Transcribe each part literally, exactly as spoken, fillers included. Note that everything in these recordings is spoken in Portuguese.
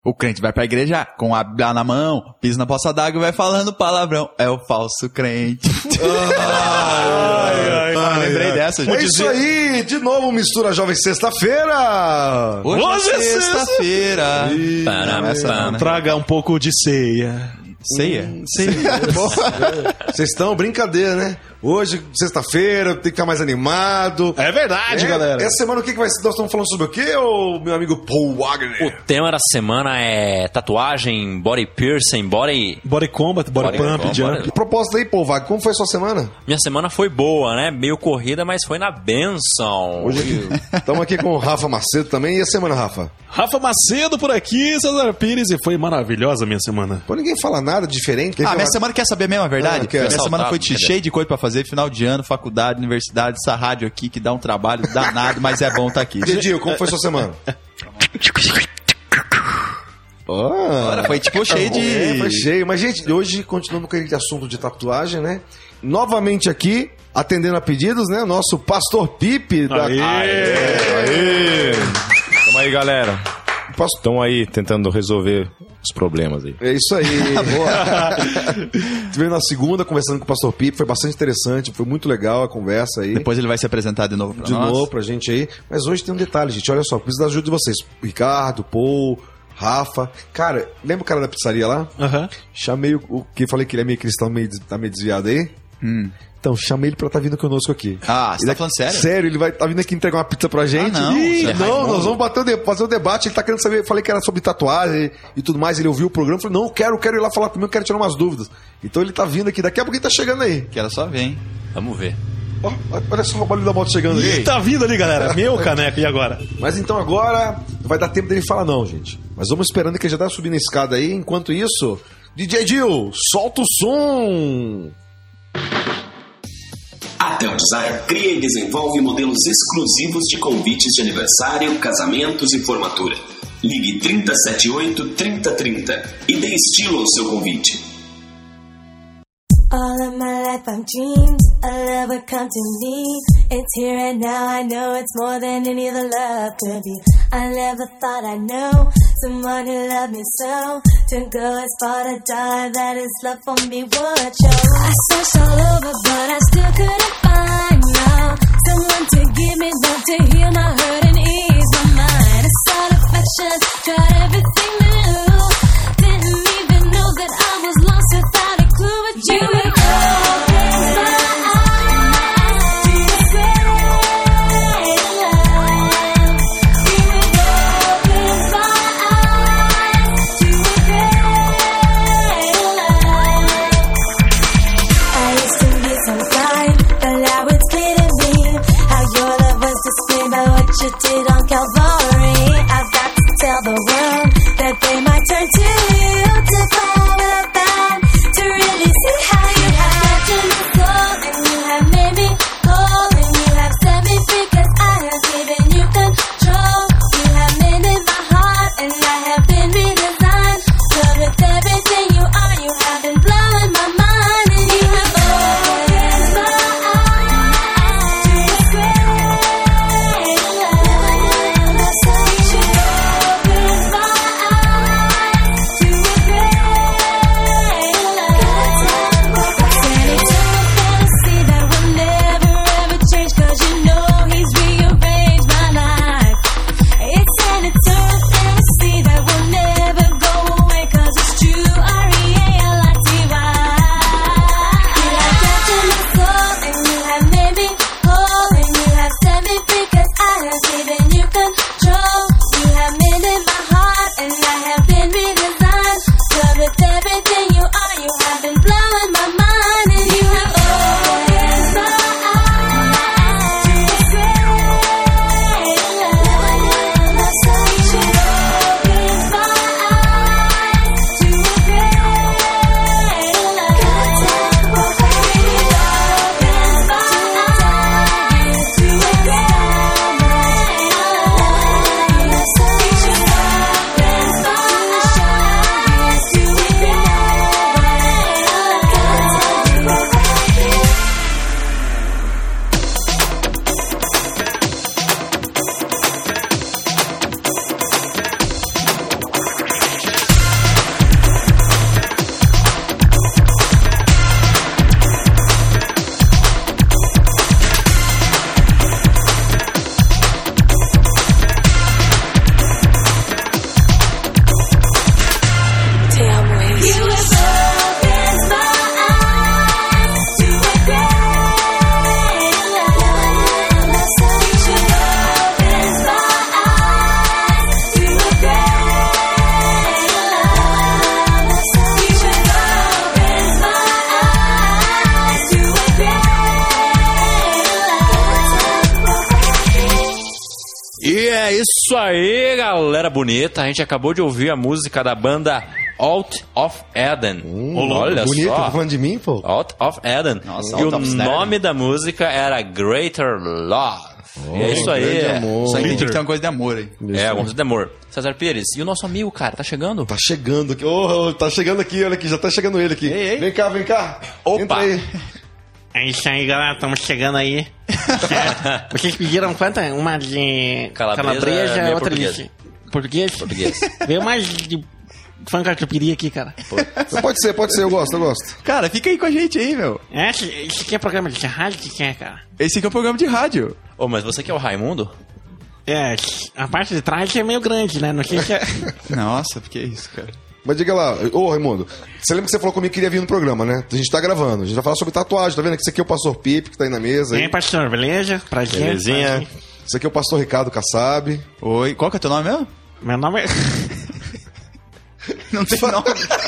O crente vai pra igreja com a Bíblia na mão, pisa na poça d'água e vai falando palavrão. É o falso crente. ai, ai, ai, ah, lembrei ai. dessa. É isso aí, de novo Mistura Jovem sexta-feira. Hoje, Hoje é sexta-feira. sexta-feira. Traga um pouco de ceia. Ceia? Hum, ceia. Vocês estão brincadeira, né? Hoje, sexta-feira, tem que ficar mais animado. É verdade, é, galera. Essa semana o que, que vai ser? Nós estamos falando sobre o quê, ô, meu amigo Paul Wagner? O tema da semana é tatuagem, body piercing, body... Body combat, body, body pump, combat. Jump. Que propósito aí, Paul Wagner? Como foi a sua semana? Minha semana foi boa, né? Meio corrida, mas foi na benção. Hoje estamos aqui com o Rafa Macedo também. E a semana, Rafa? Rafa Macedo por aqui, César Pires, e foi maravilhosa a minha semana. Pô, ninguém fala nada diferente. Quem ah, fala... minha semana quer saber mesmo a verdade? Ah, minha Ressaltar, semana foi cadê? cheia de coisa pra fazer, final de ano, faculdade, universidade, essa rádio aqui que dá um trabalho danado, mas é bom estar tá aqui. Didio, como foi sua semana? Oh, foi tipo cheio de... É, foi cheio. Mas, gente, hoje, continuando com aquele assunto de tatuagem, né? Novamente aqui, atendendo a pedidos, né? Nosso Pastor Pipe. Da... Aê! Aê! Tamo aí, galera. Estão aí tentando resolver os problemas aí. É isso aí. Boa. Estivemos na segunda conversando com o Pastor Pipe, foi bastante interessante, foi muito legal a conversa aí. Depois ele vai se apresentar de novo pra de nós. De novo pra gente aí. Mas hoje tem um detalhe, gente. Olha só, preciso da ajuda de vocês. Ricardo, Paul, Rafa. Cara, lembra o cara da pizzaria lá? Aham. Uhum. Chamei o, o que falei que ele é meio cristão, meio, tá meio desviado aí. Hum. Então, chamei ele pra estar tá vindo conosco aqui. Ah, você tá falando sério? Sério, ele vai tá vindo aqui entregar uma pizza pra gente. Ah, não, Ih, é não, nós vamos bater o de, fazer o debate. Ele tá querendo saber. Falei que era sobre tatuagem e, e tudo mais. Ele ouviu o programa. Falei, não, quero, quero ir lá falar comigo, quero tirar umas dúvidas. Então ele tá vindo aqui. Daqui a pouco ele tá chegando aí. Quero só ver, hein? Vamos ver. Oh, olha só o barulho da moto chegando aí. Ih, tá vindo ali, galera. Meu caneco, e agora? Mas então agora não vai dar tempo dele falar, não, gente. Mas vamos esperando que ele já tá subindo a escada aí. Enquanto isso, D J Dil, solta o som. A Teldesign cria e desenvolve modelos exclusivos de convites de aniversário, casamentos e formatura. Ligue trinta setenta e oito, trinta trinta e dê estilo ao seu convite. All of my life I've dreamed a love would come to me. It's here and now, I know it's more than any other love could be. I never thought I'd know someone who loved me so, to go as far to die, that his love for me would show. I searched all over but I still couldn't find no someone to give me love, to heal my hurt and ease my mind. I sought affection, tried everything new, didn't even know that I was lost without a clue. But you would open my eyes to the great love. You would open my eyes to the great love. I used to be so blind, but now it's clear to me how your love was displayed by what you did on Calvary. I've got to tell the world that they might turn to you to follow about, to really see how you have captured my soul, and you have made me whole, and you have set me free, 'cause I have given you control. You have mended my heart, and I have been redesigned. So with everything you are, you have been blowing my mind, and you have opened my eyes to the great love. You opened my eyes isso aí, galera bonita. A gente acabou de ouvir a música da banda Out of Eden. Hum, Olha bonito, só. tá falando de mim, pô? Out of Eden. Nossa, e Out o of Eden. nome da música era Greater Love. Oh, e é isso aí. grande amor. Só entendi que tem uma coisa de amor aí. É, alguma coisa de amor. César Pires, e o nosso amigo, cara, tá chegando? Tá chegando aqui. Ô, tá chegando aqui, olha aqui, já tá chegando ele aqui. Ei, ei. Vem cá, vem cá. Opa. Entra aí. É isso aí, galera. Estamos chegando aí. Certo? Vocês pediram quanta? Uma de Calabresa, meia outra portuguesa. de... Português? Português. Veio mais de funk catupiry aqui, cara. Pode ser, pode ser, eu gosto, eu gosto. Cara, fica aí com a gente aí, meu. É, esse, esse aqui é programa de rádio? O que que é, cara? Esse aqui é um programa de rádio. Ô, mas você que é o Raimundo? É, a parte de trás é meio grande, né? Não sei se é... Nossa, por que isso, cara? Mas diga lá, ô Raimundo, você lembra que você falou comigo que queria vir no programa, né? A gente tá gravando, a gente vai falar sobre tatuagem, tá vendo? Que esse aqui é o Pastor Pipe, que tá aí na mesa. Tem, Aí. pastor, beleza? Prazer. Belezinha. prazer. Esse aqui é o Pastor Ricardo Kassab. Oi, qual que é teu nome mesmo? Meu nome é... Não tem nome.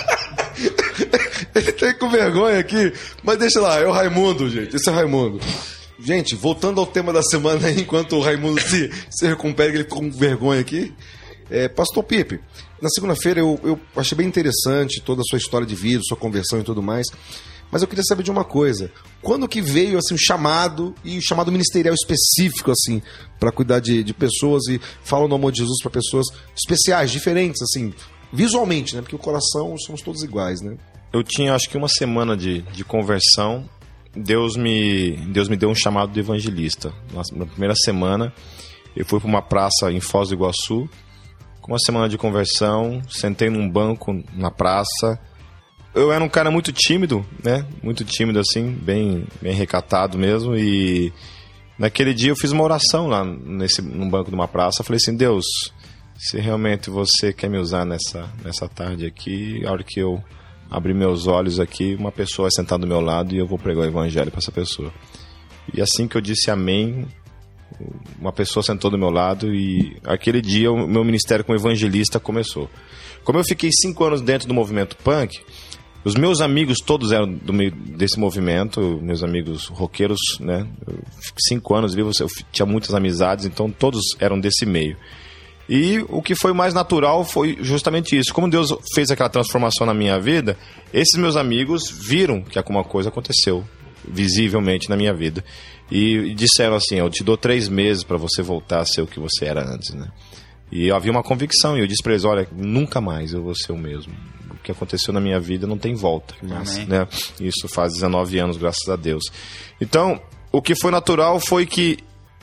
Ele tá aí com vergonha aqui, mas deixa lá, é o Raimundo, gente, esse é o Raimundo. Gente, voltando ao tema da semana aí, enquanto o Raimundo se, se recupera, que ele ficou com vergonha aqui. É, Pastor Pipe, na segunda-feira eu, eu achei bem interessante toda a sua história de vida, sua conversão e tudo mais, mas eu queria saber de uma coisa. Quando que veio assim, o chamado, e o chamado ministerial específico, assim, para cuidar de, de pessoas e falam do amor de Jesus para pessoas especiais, diferentes, assim, visualmente, né? Porque o coração, somos todos iguais, né? Eu tinha, acho que uma semana de, de conversão. Deus me, Deus me deu um chamado de evangelista. Na, na primeira semana, eu fui para uma praça em Foz do Iguaçu, com uma semana de conversão, sentei num banco na praça. Eu era um cara muito tímido, né? Muito tímido, assim, bem, bem recatado mesmo. E naquele dia eu fiz uma oração lá nesse, num banco de uma praça. Eu falei assim, Deus, se realmente você quer me usar nessa, nessa tarde aqui, a hora que eu abrir meus olhos aqui, uma pessoa vai sentar do meu lado e eu vou pregar o evangelho para essa pessoa. E assim que eu disse amém, uma pessoa sentou do meu lado e aquele dia o meu ministério como evangelista começou. Como eu fiquei cinco anos dentro do movimento punk, os meus amigos todos eram do meio desse movimento, meus amigos roqueiros, né? Eu, cinco anos vivo, eu tinha muitas amizades, então todos eram desse meio. E o que foi mais natural foi justamente isso. Como Deus fez aquela transformação na minha vida, esses meus amigos viram que alguma coisa aconteceu visivelmente na minha vida. E disseram assim, eu te dou três meses para você voltar a ser o que você era antes, né? E havia uma convicção, e eu disse para eles, olha, nunca mais eu vou ser o mesmo. O que aconteceu na minha vida não tem volta. Mas, né? Isso faz dezenove anos, graças a Deus. Então, o que foi natural foi que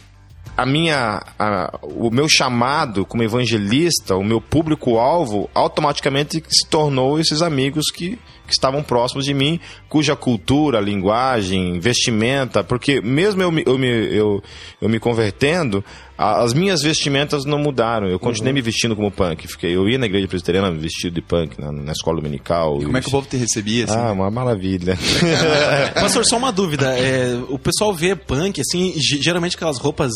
a minha, a, o meu chamado como evangelista, o meu público-alvo, automaticamente se tornou esses amigos que, que estavam próximos de mim, cuja cultura, linguagem, vestimenta, porque mesmo eu, eu, me, eu, eu me convertendo, a, as minhas vestimentas não mudaram. Eu continuei uhum. me vestindo como punk. Fiquei, eu ia na igreja presbiteriana vestido de punk, na, na escola dominical. E como é que o povo te recebia? Assim? Ah, uma maravilha. Pastor, só uma dúvida. É, o pessoal vê punk, assim, geralmente aquelas roupas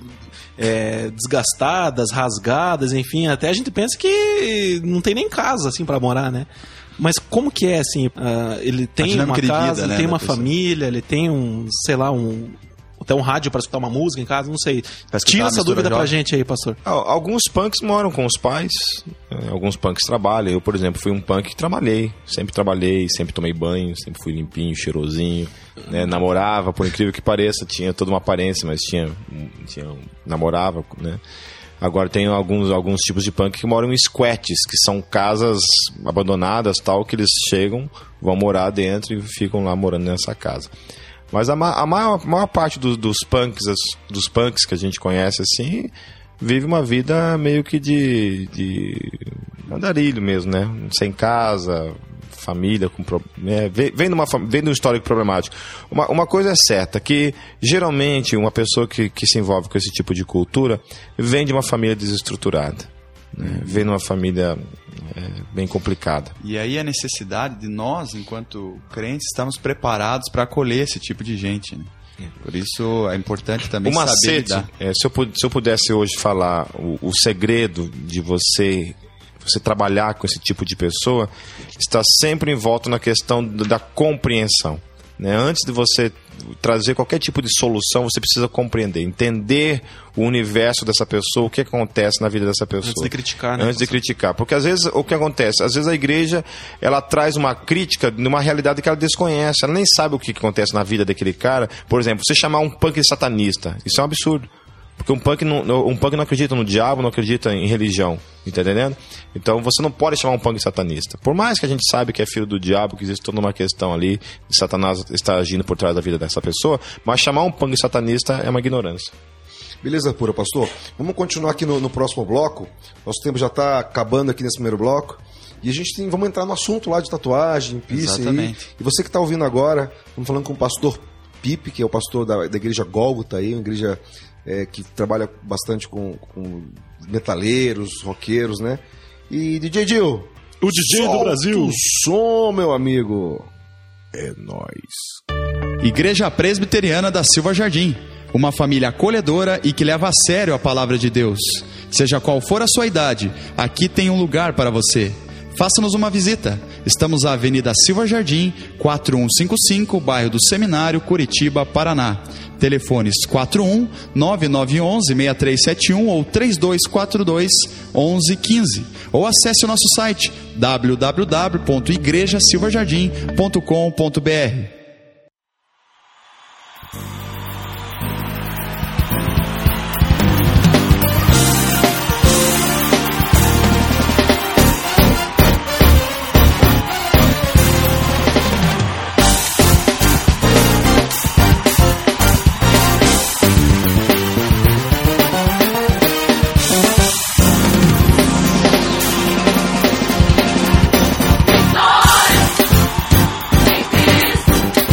é, desgastadas, rasgadas, enfim, até a gente pensa que não tem nem casa, assim, pra morar, né? Mas como que é, assim, uh, ele tem uma casa, vida, ele né, tem uma família, ele tem um, sei lá, um... até um rádio para escutar uma música em casa, não sei. Tira essa dúvida pra gente aí, pastor. Alguns punks moram com os pais, alguns punks trabalham. Eu, por exemplo, fui um punk que trabalhei. Sempre trabalhei, sempre tomei banho, sempre fui limpinho, cheirosinho. Né? Namorava, por incrível que pareça, tinha toda uma aparência, mas tinha, tinha namorava, né? Agora tem alguns, alguns tipos de punk que moram em squats, que são casas abandonadas, tal, que eles chegam, vão morar dentro e ficam lá morando nessa casa. Mas a, ma- a maior, maior parte do, dos punks, as, dos punks que a gente conhece assim, vive uma vida meio que de, de andarilho mesmo, né? Sem casa, família, com pro... é, vem, vem, de uma, vem de um histórico problemático. Uma, uma coisa é certa, que geralmente uma pessoa que, que se envolve com esse tipo de cultura vem de uma família desestruturada. Né? Vem de uma família é, bem complicada. E aí a necessidade de nós, enquanto crentes, estarmos preparados para acolher esse tipo de gente, né? Por isso é importante também o saber macete, lidar. É, se, eu, se eu pudesse hoje falar o, o segredo de você, você trabalhar com esse tipo de pessoa, está sempre em volta na questão da compreensão. né? Antes de você trazer qualquer tipo de solução, você precisa compreender, entender o universo dessa pessoa, o que acontece na vida dessa pessoa. Antes de criticar, né? Antes de criticar. Porque às vezes o que acontece? Às vezes a igreja, ela traz uma crítica numa realidade que ela desconhece. Ela nem sabe o que acontece na vida daquele cara. Por exemplo, você chamar um punk de satanista. Isso é um absurdo. Porque um punk não, um punk não acredita no diabo, não acredita em religião. Tá entendendo? Então você não pode chamar um punk de satanista. Por mais que a gente saiba que é filho do diabo, que existe toda uma questão ali, de Satanás está agindo por trás da vida dessa pessoa, mas chamar um punk de satanista é uma ignorância. Beleza pura, pastor? Vamos continuar aqui no, no próximo bloco. Nosso tempo já está acabando aqui nesse primeiro bloco. E a gente tem, vamos entrar no assunto lá de tatuagem, piercing. Exatamente. E você que está ouvindo agora, estamos falando com o pastor Pipe, que é o pastor da, da igreja Gólgota, aí, uma igreja é, que trabalha bastante com, com metaleiros, roqueiros, né? E D J Gil, O D J do Brasil. o som, meu amigo. É nóis. Igreja Presbiteriana da Silva Jardim. Uma família acolhedora e que leva a sério a palavra de Deus. Seja qual for a sua idade, aqui tem um lugar para você. Faça-nos uma visita. Estamos na Avenida Silva Jardim, quatro um cinco cinco, bairro do Seminário, Curitiba, Paraná. Telefones quatro um nove nove um um seis três sete um ou três dois quatro dois um um um cinco. Ou acesse o nosso site w w w ponto igreja silva jardim ponto com ponto b r. Noise! Make this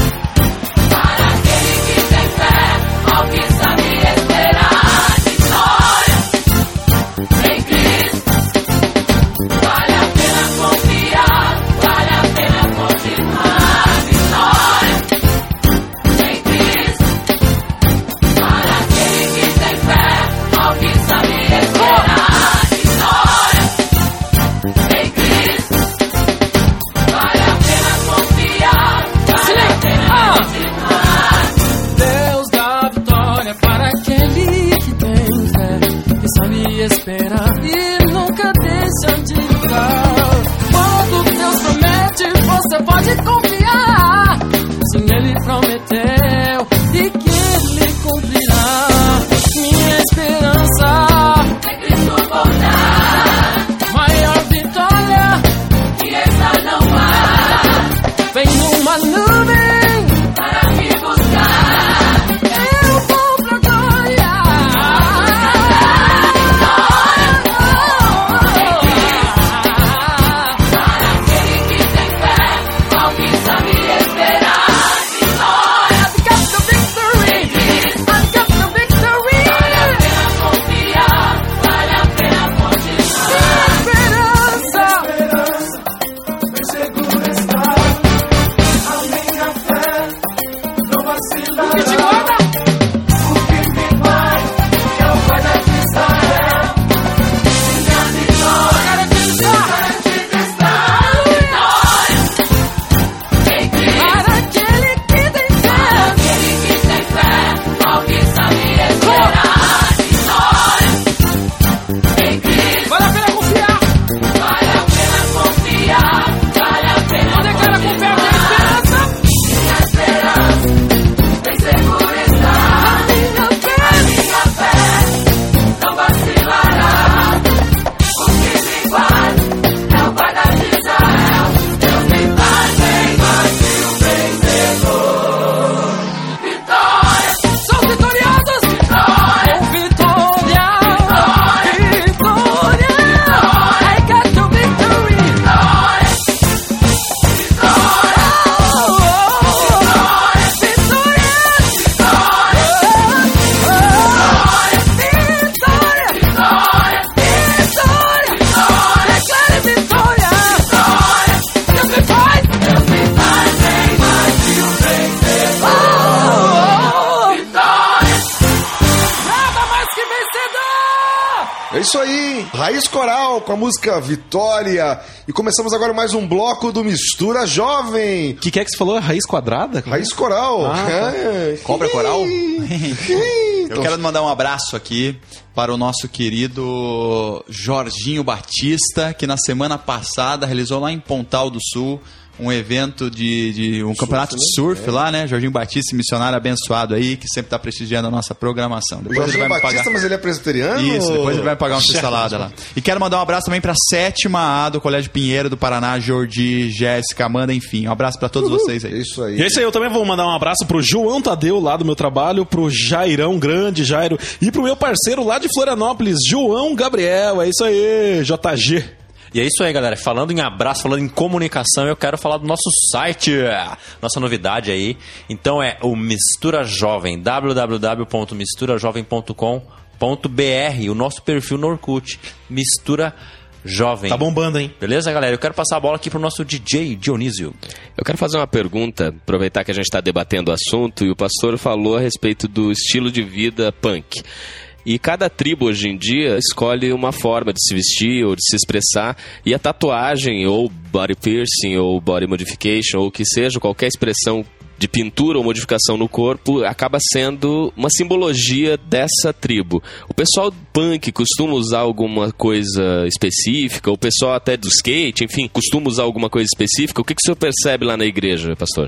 Raiz Coral com a música Vitória. E começamos agora mais um bloco do Mistura Jovem. O que, que é que você falou? Raiz quadrada? Raiz Coral. Ah, tá. É. Cobra coral? Eu Então, quero mandar um abraço aqui para o nosso querido Jorginho Batista, que na semana passada realizou lá em Pontal do Sul um evento de, de um campeonato de surf lá, né? Jorginho Batista, missionário abençoado aí, que sempre está prestigiando a nossa programação. Depois Jorginho ele vai me Batista, pagar. mas ele é presbiteriano? Isso, depois ele vai pagar uma salada lá. E quero mandar um abraço também para a sétima A do Colégio Pinheiro do Paraná, Jordi, Jéssica, Amanda, enfim. Um abraço para todos vocês aí. Isso aí. E é isso aí, eu também vou mandar um abraço pro João Tadeu, lá do meu trabalho, pro Jairão, grande Jairo, e pro meu parceiro lá de Florianópolis, João Gabriel. É isso aí, J G. E é isso aí, galera. Falando em abraço, falando em comunicação, eu quero falar do nosso site, nossa novidade aí. Então é o Mistura Jovem, w w w ponto mistura jovem ponto com ponto b r, o nosso perfil no Orkut, Mistura Jovem. Tá bombando, hein? Beleza, galera? Eu quero passar a bola aqui pro nosso D J Dionísio. Eu quero fazer uma pergunta, aproveitar que a gente está debatendo o assunto e o pastor falou a respeito do estilo de vida punk. E cada tribo hoje em dia escolhe uma forma de se vestir ou de se expressar, e a tatuagem ou body piercing ou body modification ou que seja qualquer expressão de pintura ou modificação no corpo acaba sendo uma simbologia dessa tribo. O pessoal punk costuma usar alguma coisa específica, o pessoal até do skate, enfim, costuma usar alguma coisa específica. O que, que o senhor percebe lá na igreja, pastor?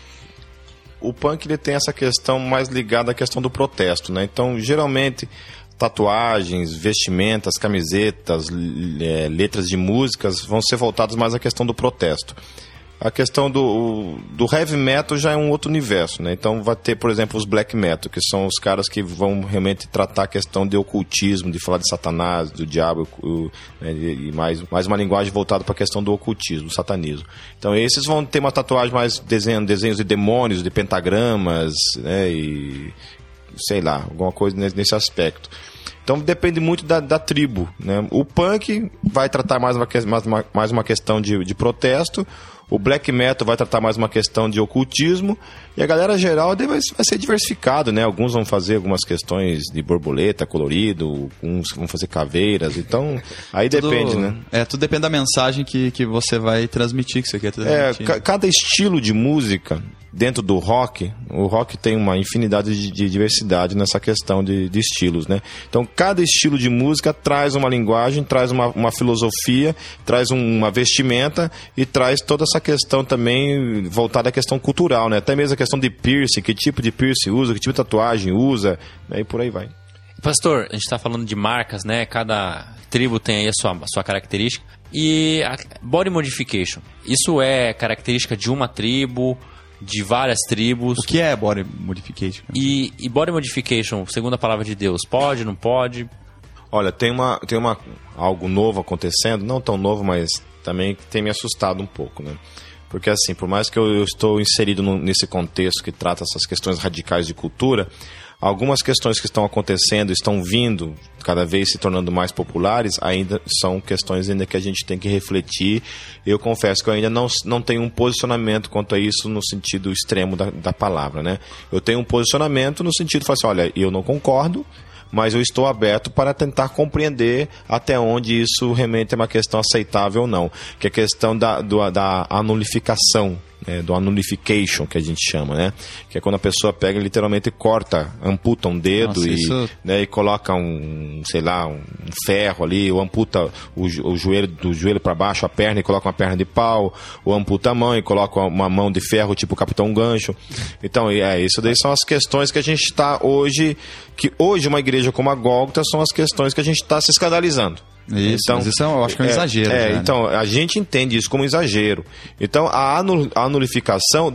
O punk ele tem essa questão mais ligada à questão do protesto, né? Então, geralmente, tatuagens, vestimentas, camisetas, é, letras de músicas vão ser voltadas mais à questão do protesto. A questão do, do heavy metal já é um outro universo, né? Então vai ter, por exemplo, os black metal, que são os caras que vão realmente tratar a questão de ocultismo, de falar de Satanás, do diabo, o, né? E mais, mais uma linguagem voltada para a questão do ocultismo, do satanismo. Então esses vão ter uma tatuagem mais desenho, desenhos de demônios, de pentagramas, né? E sei lá, alguma coisa nesse, nesse aspecto. Então depende muito da, da tribo, né? O punk vai tratar mais uma, mais uma, mais uma questão de, de protesto. O black metal vai tratar mais uma questão de ocultismo. E a galera geral deve, vai ser diversificado, né? Alguns vão fazer algumas questões de borboleta, colorido. Uns vão fazer caveiras. Então, aí Tudo- depende, né? É, tudo depende da mensagem que, que você vai transmitir, que você quer É, transmitir. ca- cada estilo de música dentro do rock, o rock tem uma infinidade de, de diversidade nessa questão de, de estilos, né? Então, cada estilo de música traz uma linguagem, traz uma, uma filosofia, traz um- uma vestimenta e traz toda essa questão também voltada à questão cultural, né? Até mesmo a questão de piercing, que tipo de piercing usa, que tipo de tatuagem usa, né? E por aí vai. Pastor, a gente está falando de marcas, né? Cada tribo tem aí a sua, a sua característica. E a body modification, isso é característica de uma tribo, de várias tribos. O que é body modification? E, e body modification, segundo a palavra de Deus, pode, não pode? Olha, tem uma tem uma algo novo acontecendo, não tão novo, mas também tem me assustado um pouco, né? Porque assim, por mais que eu, eu estou inserido no, nesse contexto que trata essas questões radicais de cultura, algumas questões que estão acontecendo, estão vindo, cada vez se tornando mais populares, ainda são questões ainda que a gente tem que refletir. Eu confesso que eu ainda não, não tenho um posicionamento quanto a isso no sentido extremo da, da palavra, né? Eu tenho um posicionamento no sentido de falar assim, olha, eu não concordo, mas eu estou aberto para tentar compreender até onde isso realmente é uma questão aceitável ou não. Que é a questão da, do, da anulificação, né, do anulification, que a gente chama, né? Que é quando a pessoa pega e literalmente corta, amputa um dedo. Nossa, e, isso- né, e coloca um, sei lá, um ferro ali, ou amputa o, jo- o joelho do joelho para baixo, a perna, e coloca uma perna de pau, ou amputa a mão e coloca uma mão de ferro, tipo Capitão Gancho. Então, é, isso daí são as questões que a gente está hoje, que hoje uma igreja como a Gólgota são as questões que a gente está se escandalizando. Isso, mas isso é- eu acho que é um exagero É, já, né? então, a gente entende isso como exagero. Então, a anu- a anulificação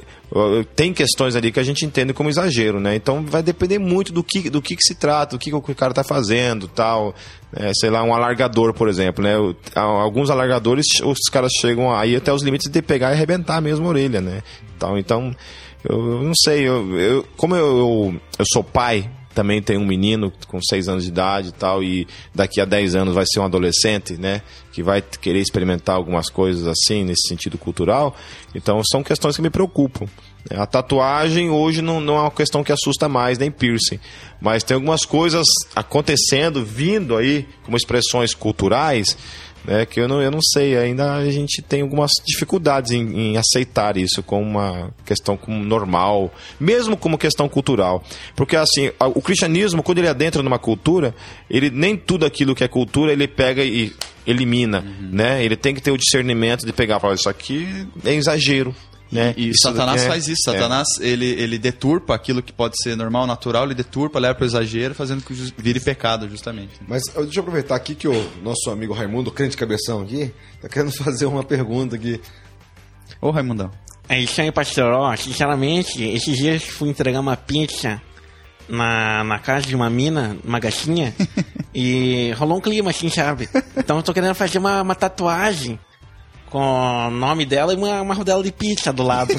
uh, tem questões ali que a gente entende como exagero, né? Então, vai depender muito do que, do que, que se trata, do que, que o cara está fazendo, tal. É, sei lá, um alargador, por exemplo, né? O- a- Alguns alargadores, os caras chegam aí até os limites de pegar e arrebentar mesmo a orelha, né? Então, então eu, eu não sei, eu, eu- como eu, eu, eu sou pai, também tem um menino com seis anos de idade e tal, e daqui a dez anos vai ser um adolescente, né, que vai querer experimentar algumas coisas assim, nesse sentido cultural. Então são questões que me preocupam. A tatuagem hoje não, não é uma questão que assusta mais, nem piercing, mas tem algumas coisas acontecendo, vindo aí como expressões culturais, né, que eu não, eu não sei, ainda a gente tem algumas dificuldades em, em aceitar isso como uma questão como normal, mesmo como questão cultural, porque assim, o cristianismo, quando ele adentra numa cultura, ele nem tudo aquilo que é cultura ele pega e elimina, uhum. né, ele tem que ter o discernimento de pegar e falar, isso aqui é exagero. Né? E, e isso Satanás é, faz isso. Satanás, é. ele, ele deturpa aquilo que pode ser normal, natural, ele deturpa, leva para o exagero, fazendo que vire pecado, justamente. Mas deixa eu aproveitar aqui que o nosso amigo Raimundo, crente cabeção aqui, tá querendo fazer uma pergunta aqui. Ô, Raimundão. É isso aí, pastor. Ó, sinceramente, esses dias fui entregar uma pizza na, na casa de uma mina, uma gatinha, e rolou um clima, assim, sabe? Então eu tô querendo fazer uma, uma tatuagem com o nome dela e uma, uma rodela de pizza do lado.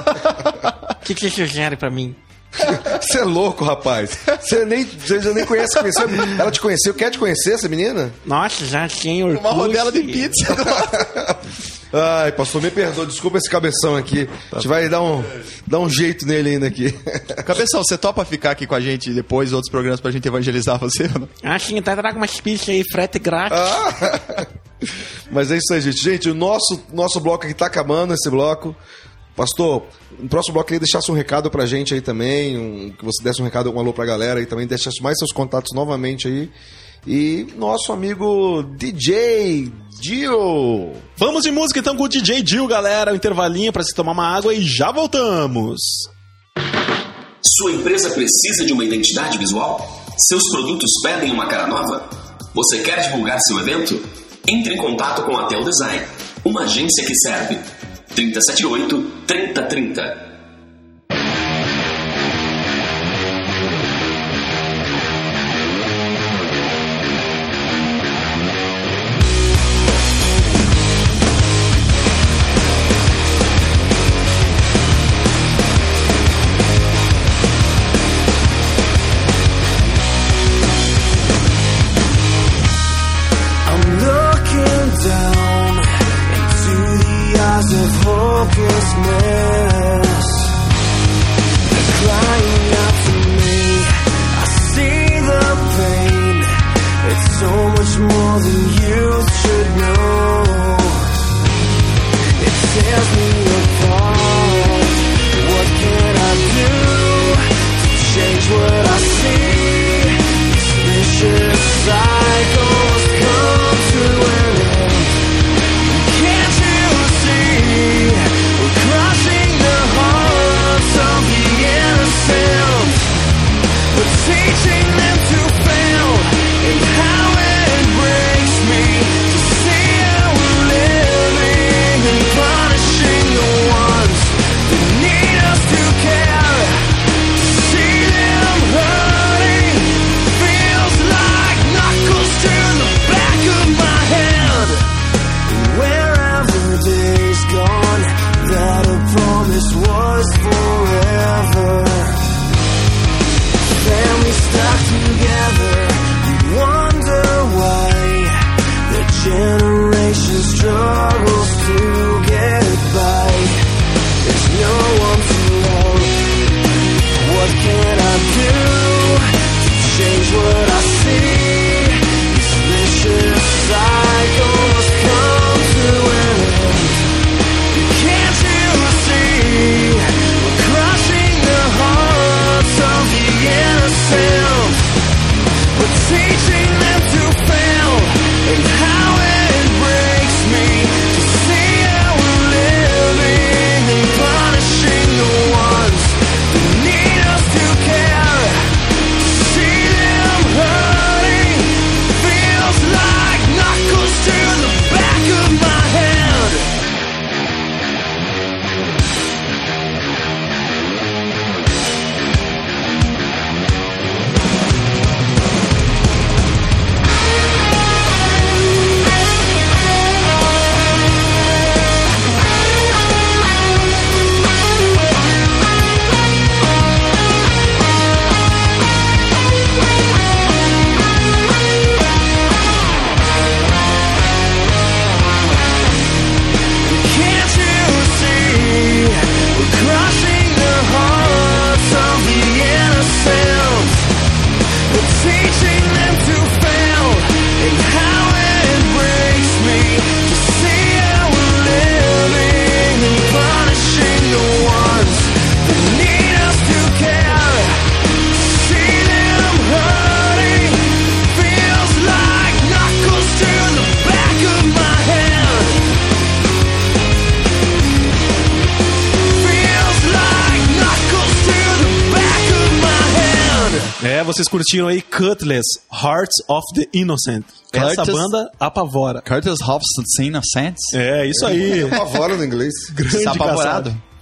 O que, que você sugere pra mim? Você é louco, rapaz. Você nem, você já nem conhece, conheceu. Ela te conheceu, quer te conhecer, essa menina? Nossa, já tinha Orkut. Uma rodela de pizza do lado. Ai, pastor, me perdoa, desculpa esse cabeção aqui. A gente vai dar um, dar um jeito nele ainda aqui. Cabeção, você topa ficar aqui com a gente depois, outros programas pra gente evangelizar você? Ou não? Ah, sim, tá, traga umas pizzas aí, frete grátis. Ah. Mas é isso aí, gente. Gente, o nosso, nosso bloco aqui tá acabando, esse bloco. Pastor, no próximo bloco eu queria deixasse um recado pra gente aí também, um, que você desse um recado, um alô pra galera e também deixasse mais seus contatos novamente aí. E nosso amigo D J Dio. Vamos de música então com o D J Dio, galera. Um intervalinho pra se tomar uma água e já voltamos. Sua empresa precisa de uma identidade visual? Seus produtos pedem uma cara nova? Você quer divulgar seu evento? Entre em contato com a Tel Design, uma agência que serve. trinta e sete oito, trinta trinta. Down into the eyes of hopelessness. vocês curtiram aí Cutlass, Hearts of the Innocent. Essa Curtis- banda apavora. Curtis Hobson, Innocents. É, isso aí. Apavora no inglês. Grande Está apavorado. caçado.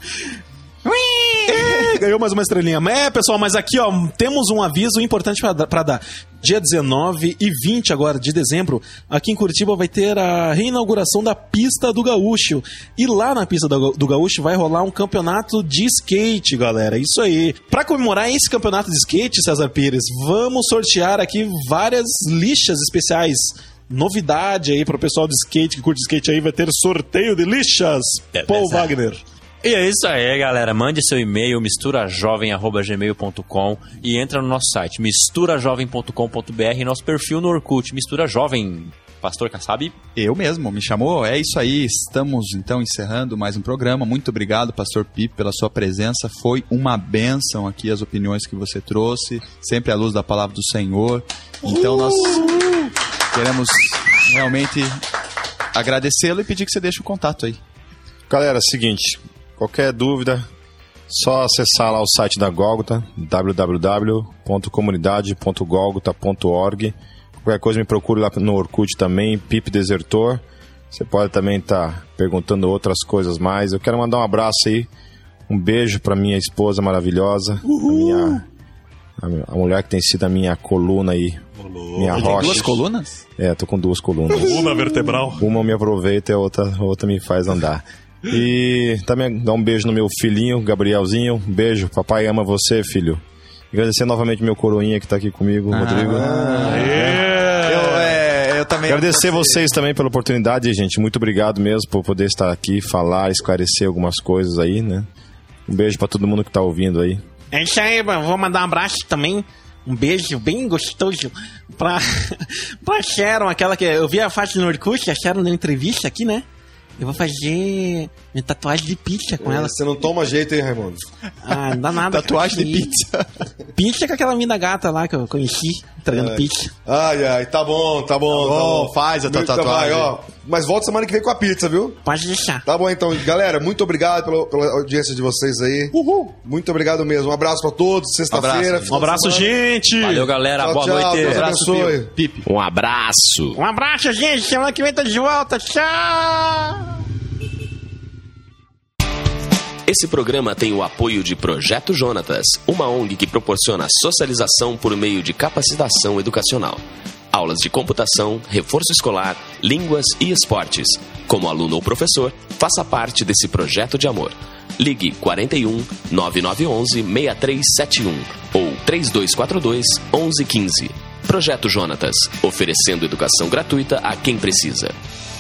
É, ganhou mais uma estrelinha. É, pessoal, mas aqui, ó, temos um aviso importante pra dar- pra dar. Dia dezenove e vinte agora de dezembro, aqui em Curitiba vai ter a reinauguração da Pista do Gaúcho. E lá na Pista do do Gaúcho vai rolar um campeonato de skate, galera. Isso aí. Pra comemorar esse campeonato de skate, César Pires, vamos sortear aqui várias lixas especiais. Novidade aí pro pessoal de skate, que curte skate aí, vai ter sorteio de lixas. Beleza. Paul Wagner. E é isso aí, galera. Mande seu e-mail, misturajovem arroba gmail ponto com e entra no nosso site, misturajovem ponto com ponto b r e nosso perfil no Orkut, Mistura Jovem. Pastor Kassab. Eu mesmo, me chamou. É isso aí. Estamos então encerrando mais um programa. Muito obrigado, Pastor Pipe, pela sua presença. Foi uma bênção aqui as opiniões que você trouxe, sempre à luz da palavra do Senhor. Então nós queremos realmente agradecê-lo e pedir que você deixe o contato aí. Galera, seguinte, qualquer dúvida, só acessar lá o site da Gólgota, w w w ponto comunidade ponto gólgota ponto org. Qualquer coisa me procure lá no Orkut também, Pipe Desertor. Você pode também estar perguntando outras coisas mais. Eu quero mandar um abraço aí, um beijo para minha esposa maravilhosa, a, minha, a, minha- a mulher que tem sido a minha coluna aí, minha Tem rocha. duas colunas? É, tô com duas colunas. Coluna vertebral. Uma eu me aproveita e a outra, a outra me faz andar. E também dá um beijo no meu filhinho, Gabrielzinho. Um beijo, papai ama você, filho. Agradecer novamente meu coroinha que tá aqui comigo, Rodrigo. Eu, é, eu também. Agradecer vocês também pela oportunidade, gente. Muito obrigado mesmo por poder estar aqui, falar, esclarecer algumas coisas aí, né? Um beijo pra todo mundo que tá ouvindo aí. É isso aí, mano. Vou mandar um abraço também. Um beijo bem gostoso pra, pra Sharon, aquela que eu vi a faixa no Orkut, a Sharon deu entrevista aqui, né? Eu vou fazer minha tatuagem de pizza com ela. Você não toma jeito, hein, Raimundo? Ah, não dá nada. Tatuagem de cara. pizza. Pizza com aquela mina gata lá que eu conheci, entregando pizza. Ai, ai, tá bom, tá bom, tá bom. bom, faz a tua Então tatuagem. vai, ó. Mas volta semana que vem com a pizza, viu? Pode deixar. Tá bom, então. Galera, muito obrigado pela, pela audiência de vocês aí. Uhul. Muito obrigado mesmo. Um abraço pra todos. Sexta-feira. Abraço. final Um de abraço, semana. gente! Valeu, galera. Tchau, Boa tchau, noite. Deus Abraço, abençoe. Pipe. Um abraço. Um abraço, gente. Semana que vem tá de volta. Tchau! Esse programa tem o apoio de Projeto Jonatas, uma O N G que proporciona socialização por meio de capacitação educacional. Aulas de computação, reforço escolar, línguas e esportes. Como aluno ou professor, faça parte desse projeto de amor. Ligue quarenta e um, nove nove um um, seis três sete um ou três dois quatro dois, onze quinze. Projeto Jonatas, oferecendo educação gratuita a quem precisa.